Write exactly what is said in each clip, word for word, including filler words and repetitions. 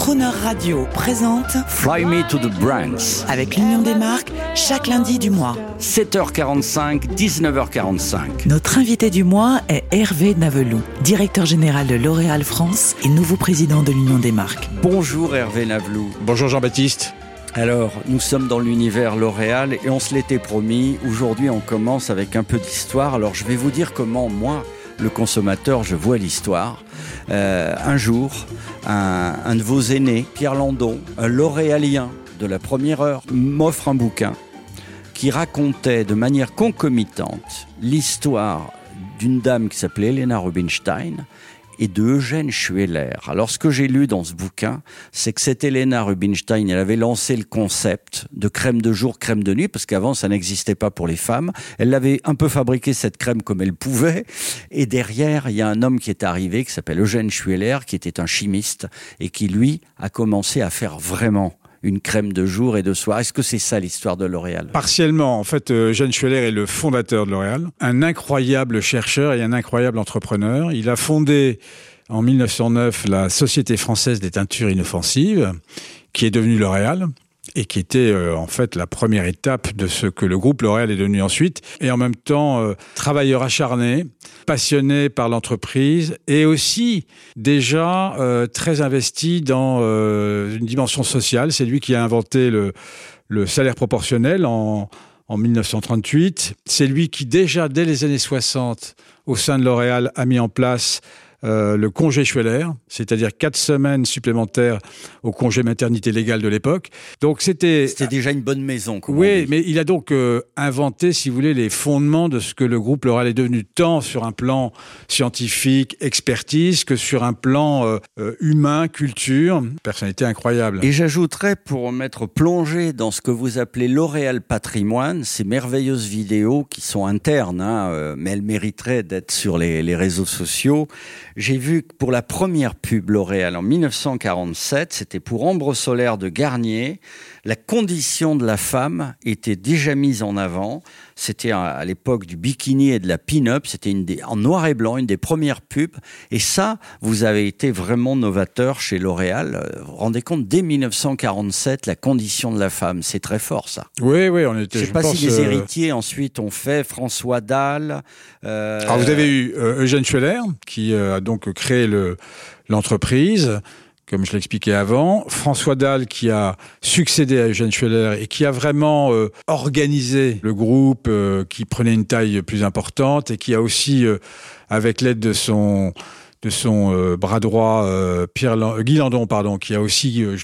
Crooner Radio présente Fly Me to the Brands avec l'Union des marques chaque lundi du mois. sept heures quarante-cinq, dix-neuf heures quarante-cinq. Notre invité du mois est Hervé Naveloux, directeur général de L'Oréal France et nouveau président de l'Union des marques. Bonjour Hervé Naveloux. Bonjour Jean-Baptiste. Alors, nous sommes dans l'univers L'Oréal et on se l'était promis. Aujourd'hui, on commence avec un peu d'histoire. Alors, je vais vous dire comment moi, le consommateur, je vois l'histoire. Euh, un jour, un, un de vos aînés, Pierre Landon, un L'Oréalien de la première heure, m'offre un bouquin qui racontait de manière concomitante l'histoire d'une dame qui s'appelait Helena Rubinstein et de Eugène Schueller. Alors, ce que j'ai lu dans ce bouquin, c'est que cette Helena Rubinstein, elle avait lancé le concept de crème de jour, crème de nuit, parce qu'avant, ça n'existait pas pour les femmes. Elle avait un peu fabriqué cette crème comme elle pouvait. Et derrière, il y a un homme qui est arrivé, qui s'appelle Eugène Schueller, qui était un chimiste, et qui, lui, a commencé à faire vraiment une crème de jour et de soir. Est-ce que c'est ça l'histoire de L'Oréal ? Partiellement. En fait, Eugène Schueller est le fondateur de L'Oréal, un incroyable chercheur et un incroyable entrepreneur. Il a fondé en mille neuf cent neuf la Société française des teintures inoffensives, qui est devenue L'Oréal, et qui était euh, en fait la première étape de ce que le groupe L'Oréal est devenu ensuite, et en même temps euh, travailleur acharné, passionné par l'entreprise, et aussi déjà euh, très investi dans euh, une dimension sociale. C'est lui qui a inventé le, le salaire proportionnel en, en mille neuf cent trente-huit. C'est lui qui déjà, dès les années soixante, au sein de L'Oréal, a mis en place Euh, le congé Schueller, c'est-à-dire quatre semaines supplémentaires au congé maternité légal de l'époque. Donc c'était... C'était déjà une bonne maison. Oui, mais il a donc euh, inventé, si vous voulez, les fondements de ce que le groupe L'Oréal est devenu, tant sur un plan scientifique, expertise, que sur un plan euh, euh, humain, culture. Personnalité incroyable. Et j'ajouterais, pour m'être plongé dans ce que vous appelez L'Oréal Patrimoine, ces merveilleuses vidéos qui sont internes, hein, euh, mais elles mériteraient d'être sur les, les réseaux sociaux. J'ai vu que pour la première pub L'Oréal en mille neuf cent quarante-sept, c'était pour Ambre Solaire de Garnier, la condition de la femme était déjà mise en avant. C'était à l'époque du bikini et de la pin-up, c'était une des, en noir et blanc, une des premières pubs. Et ça, vous avez été vraiment novateur chez L'Oréal. Vous vous rendez compte, dès mille neuf cent quarante-sept, la condition de la femme, c'est très fort ça. Oui, oui, on était... Je ne sais pas si les héritiers ensuite ont fait, François Dalle... Euh... Alors vous avez eu euh, Eugène Schueller, qui euh, a donc créé le, l'entreprise, comme je l'expliquais avant. François Dalle, qui a succédé à Eugène Schueller et qui a vraiment euh, organisé le groupe, euh, qui prenait une taille plus importante et qui a aussi, euh, avec l'aide de son, de son euh, bras droit, euh, Pierre L- Guy Landon, pardon, qui a aussi... Euh,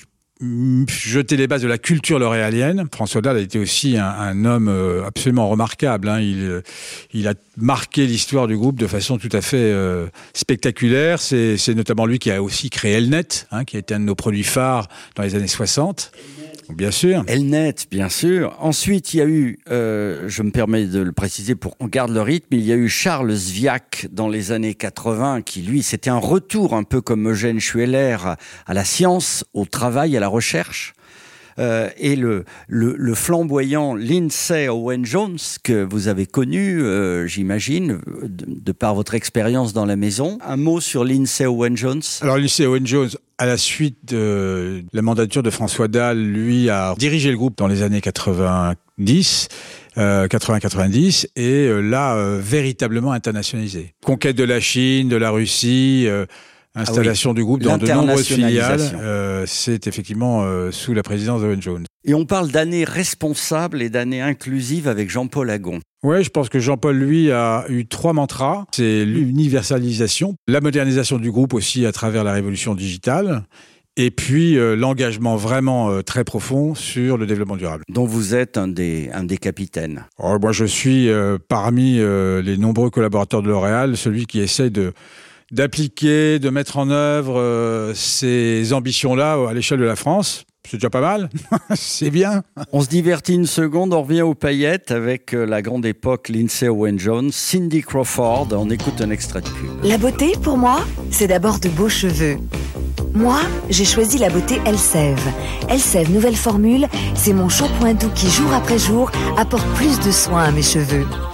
jeter les bases de la culture l'oréalienne. François Dalle a été aussi un, un homme euh, absolument remarquable. Hein. Il, euh, il a marqué l'histoire du groupe de façon tout à fait euh, spectaculaire. C'est, c'est notamment lui qui a aussi créé Elnet, hein, qui a été un de nos produits phares dans les années soixante. Bien sûr. Elnet, bien sûr. Ensuite, il y a eu, euh, je me permets de le préciser pour qu'on garde le rythme, il y a eu Charles Zviak dans les années quatre-vingts, qui lui, c'était un retour un peu comme Eugène Schueller à la science, au travail, à la recherche. Euh, et le, le, le flamboyant Lindsay Owen-Jones, que vous avez connu, euh, j'imagine, de, de par votre expérience dans la maison. Un mot sur Lindsay Owen-Jones ? Alors, Lindsay Owen-Jones, à la suite de la mandature de François Dalle, lui a dirigé le groupe dans les années quatre-vingt-dix, euh, quatre-vingts quatre-vingt-dix, et euh, l'a euh, véritablement internationalisé. Conquête de la Chine, de la Russie... Euh, Installation ah oui. du groupe dans de nombreuses filiales, euh, c'est effectivement euh, sous la présidence d'Owen-Jones. Et on parle d'années responsables et d'années inclusives avec Jean-Paul Agon. Oui, je pense que Jean-Paul, lui, a eu trois mantras. C'est l'universalisation, la modernisation du groupe aussi à travers la révolution digitale, et puis euh, l'engagement vraiment euh, très profond sur le développement durable. Dont vous êtes un des, un des capitaines. Oh, moi, je suis euh, parmi euh, les nombreux collaborateurs de L'Oréal, celui qui essaie de... d'appliquer, de mettre en œuvre euh, ces ambitions-là à l'échelle de la France. C'est déjà pas mal, c'est bien. On se divertit une seconde, on revient aux paillettes avec euh, la grande époque Lindsay Owen-Jones, Cindy Crawford, on écoute un extrait de pub. La beauté, pour moi, c'est d'abord de beaux cheveux. Moi, j'ai choisi la beauté Elseve. Elseve, nouvelle formule, c'est mon shampoing doux qui, jour après jour, apporte plus de soins à mes cheveux.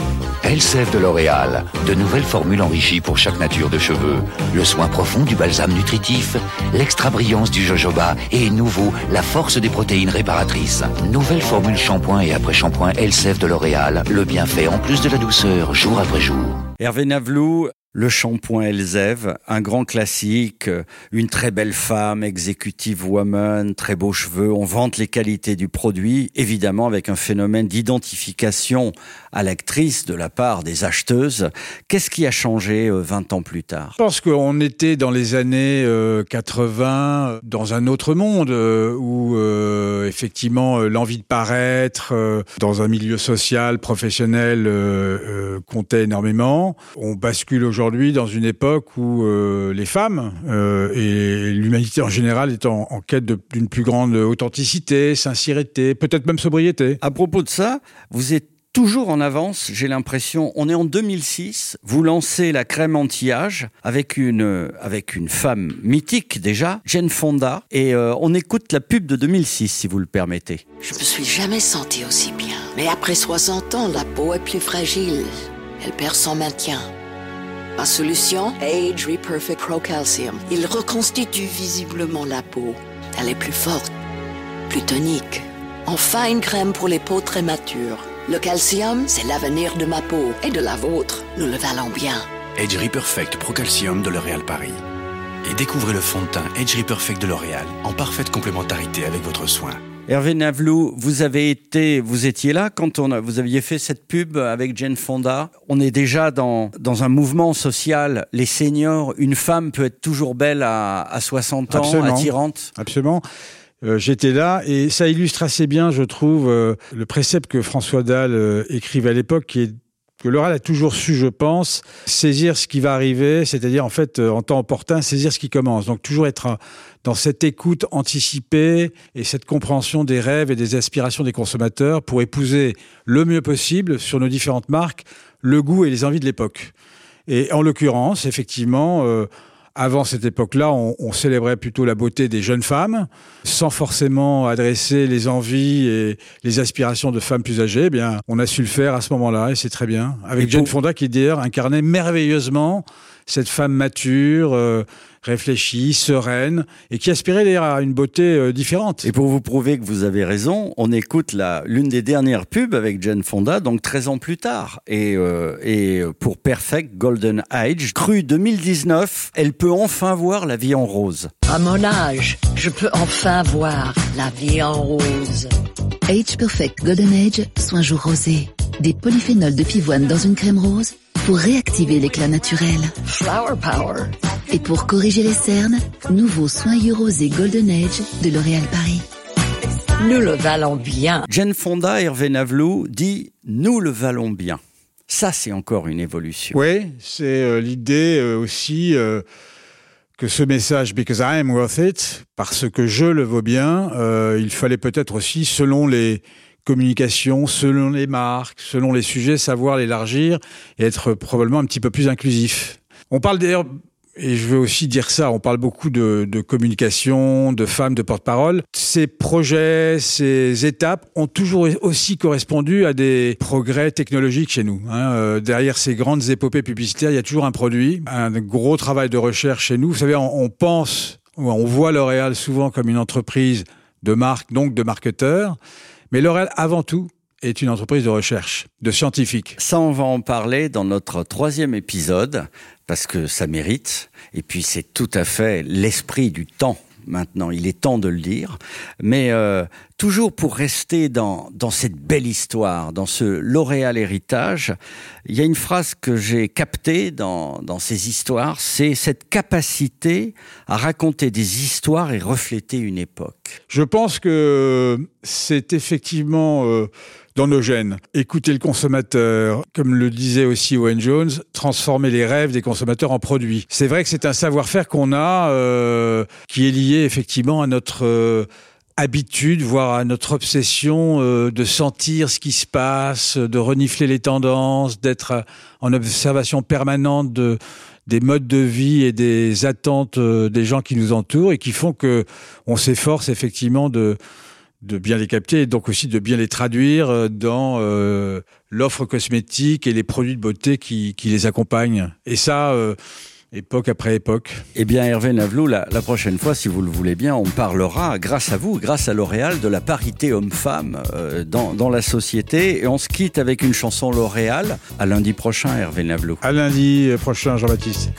Elseve de L'Oréal. De nouvelles formules enrichies pour chaque nature de cheveux. Le soin profond du balsame nutritif, l'extra brillance du jojoba et nouveau, la force des protéines réparatrices. Nouvelle formule shampoing et après-shampoing Elseve de L'Oréal. Le bienfait en plus de la douceur, jour après jour. Hervé Naveloux, le shampoing Elseve, un grand classique, une très belle femme, executive woman, très beaux cheveux. On vante les qualités du produit, évidemment avec un phénomène d'identification à l'actrice de la part des acheteuses. Qu'est-ce qui a changé vingt ans plus tard ? Je pense qu'on était dans les années euh, quatre-vingts, dans un autre monde euh, où euh, effectivement euh, l'envie de paraître euh, dans un milieu social, professionnel euh, euh, comptait énormément. On bascule aujourd'hui Aujourd'hui, dans une époque où euh, les femmes euh, et l'humanité en général est en, en quête de, d'une plus grande authenticité, sincérité, peut-être même sobriété. À propos de ça, vous êtes toujours en avance, j'ai l'impression. On est en deux mille six, vous lancez la crème anti-âge avec une, avec une femme mythique déjà, Jane Fonda, et euh, on écoute la pub de deux mille six, si vous le permettez. Je me suis jamais sentie aussi bien. Mais après soixante ans, la peau est plus fragile. Elle perd son maintien. Ma solution, Age Reperfect Pro Calcium. Il reconstitue visiblement la peau. Elle est plus forte, plus tonique. Enfin, une crème pour les peaux très matures. Le calcium, c'est l'avenir de ma peau et de la vôtre. Nous le valons bien. Age Reperfect Pro Calcium de L'Oréal Paris. Et découvrez le fond de teint Age Reperfect de L'Oréal en parfaite complémentarité avec votre soin. Hervé Naveloux, vous avez été, vous étiez là quand on a, vous aviez fait cette pub avec Jane Fonda. On est déjà dans, dans un mouvement social. Les seniors, une femme peut être toujours belle à, à soixante ans, Absolument. attirante. Absolument. Euh, j'étais là et ça illustre assez bien, je trouve, euh, le précepte que François Dalle euh, écrivait à l'époque, qui est que L'Oréal a toujours su, je pense, saisir ce qui va arriver, c'est-à-dire en fait, euh, en temps opportun, saisir ce qui commence. Donc toujours être euh, dans cette écoute anticipée et cette compréhension des rêves et des aspirations des consommateurs pour épouser le mieux possible sur nos différentes marques le goût et les envies de l'époque. Et en l'occurrence, effectivement, euh, avant cette époque-là, on, on célébrait plutôt la beauté des jeunes femmes, sans forcément adresser les envies et les aspirations de femmes plus âgées. Eh bien, on a su le faire à ce moment-là, et c'est très bien. Avec et Jane pour... Fonda, qui d'ailleurs incarnait merveilleusement cette femme mature, euh, réfléchie, sereine, et qui aspirait d'ailleurs à une beauté euh, différente. Et pour vous prouver que vous avez raison, on écoute la, l'une des dernières pubs avec Jane Fonda, donc treize ans plus tard. Et, euh, et pour Perfect Golden Age, cru deux mille dix-neuf, elle peut enfin voir la vie en rose. À mon âge, je peux enfin voir la vie en rose. Age Perfect Golden Age, soin jour rosé. Des polyphénols de pivoine dans une crème rose pour réactiver l'éclat naturel. Flower Power. Et pour corriger les cernes, nouveau soin yeux rosé Golden Age de L'Oréal Paris. Nous le valons bien. Jane Fonda, Hervé Naveloux dit « Nous le valons bien ». Ça, c'est encore une évolution. Oui, c'est euh, l'idée euh, aussi euh, que ce message « Because I am worth it », parce que je le vaux bien, euh, il fallait peut-être aussi, selon les communications, selon les marques, selon les sujets, savoir l'élargir et être probablement un petit peu plus inclusif. On parle d'ailleurs, et je veux aussi dire ça, on parle beaucoup de, de communication, de femmes, de porte-parole. Ces projets, ces étapes ont toujours aussi correspondu à des progrès technologiques chez nous. Hein. Euh, derrière ces grandes épopées publicitaires, il y a toujours un produit, un gros travail de recherche chez nous. Vous savez, on, on pense, on voit L'Oréal souvent comme une entreprise de marque, donc de marketeurs. Mais L'Oréal, avant tout, est une entreprise de recherche, de scientifiques. Ça, on va en parler dans notre troisième épisode, parce que ça mérite. Et puis, c'est tout à fait l'esprit du temps. Maintenant, il est temps de le dire. Mais euh, toujours pour rester dans, dans cette belle histoire, dans ce L'Oréal héritage, il y a une phrase que j'ai captée dans, dans ces histoires, c'est cette capacité à raconter des histoires et refléter une époque. Je pense que c'est effectivement euh, dans nos gènes. Écouter le consommateur, comme le disait aussi Owen Jones, transformer les rêves des consommateurs en produits. C'est vrai que c'est un savoir-faire qu'on a, euh, qui est lié effectivement à notre euh, habitude, voire à notre obsession euh, de sentir ce qui se passe, de renifler les tendances, d'être en observation permanente de des modes de vie et des attentes euh, des gens qui nous entourent et qui font que on s'efforce effectivement de de bien les capter et donc aussi de bien les traduire dans euh, l'offre cosmétique et les produits de beauté qui, qui les accompagnent. Et ça, euh, époque après époque. Eh bien, Hervé Naveloux, la, la prochaine fois, si vous le voulez bien, on parlera, grâce à vous, grâce à L'Oréal, de la parité homme-femme euh, dans, dans la société. Et on se quitte avec une chanson L'Oréal. À lundi prochain, Hervé Naveloux. À lundi prochain, Jean-Baptiste.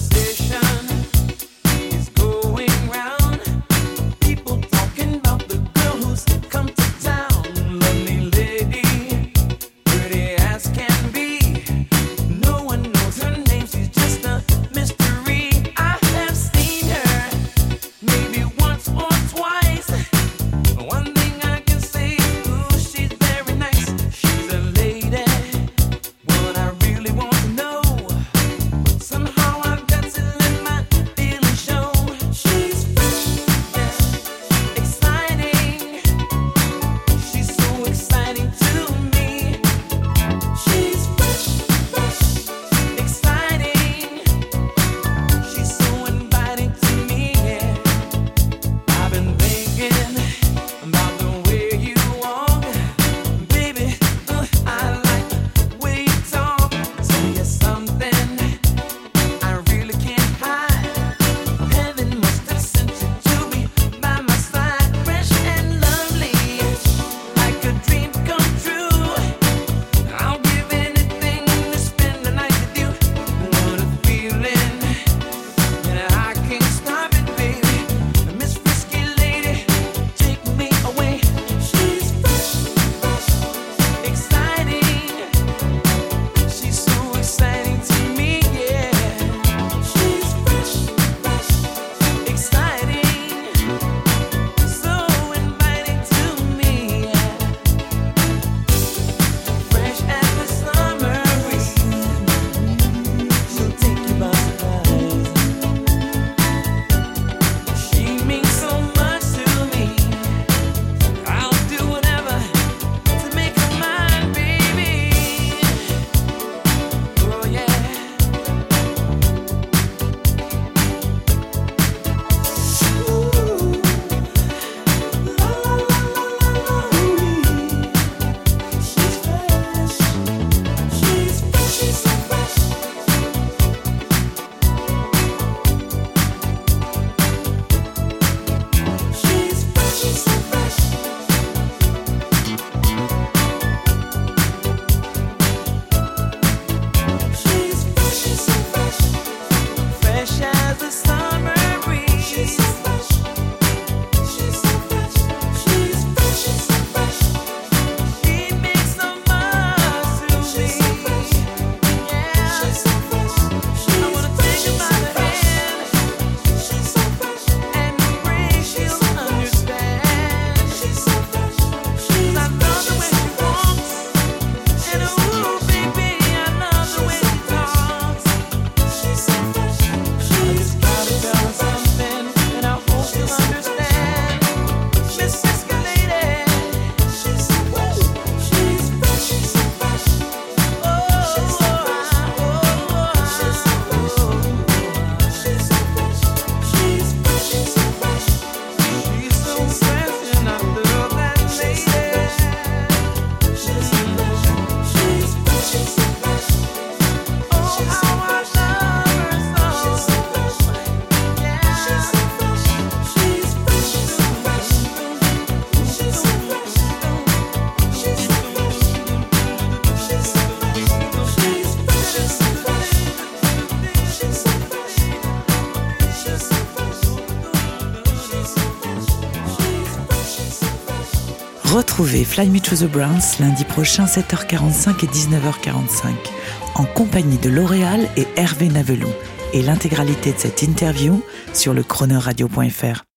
Retrouvez Fly Me to the Browns lundi prochain sept heures quarante-cinq et dix-neuf heures quarante-cinq en compagnie de L'Oréal et Hervé Naveloux et l'intégralité de cette interview sur le chrono radio point f r.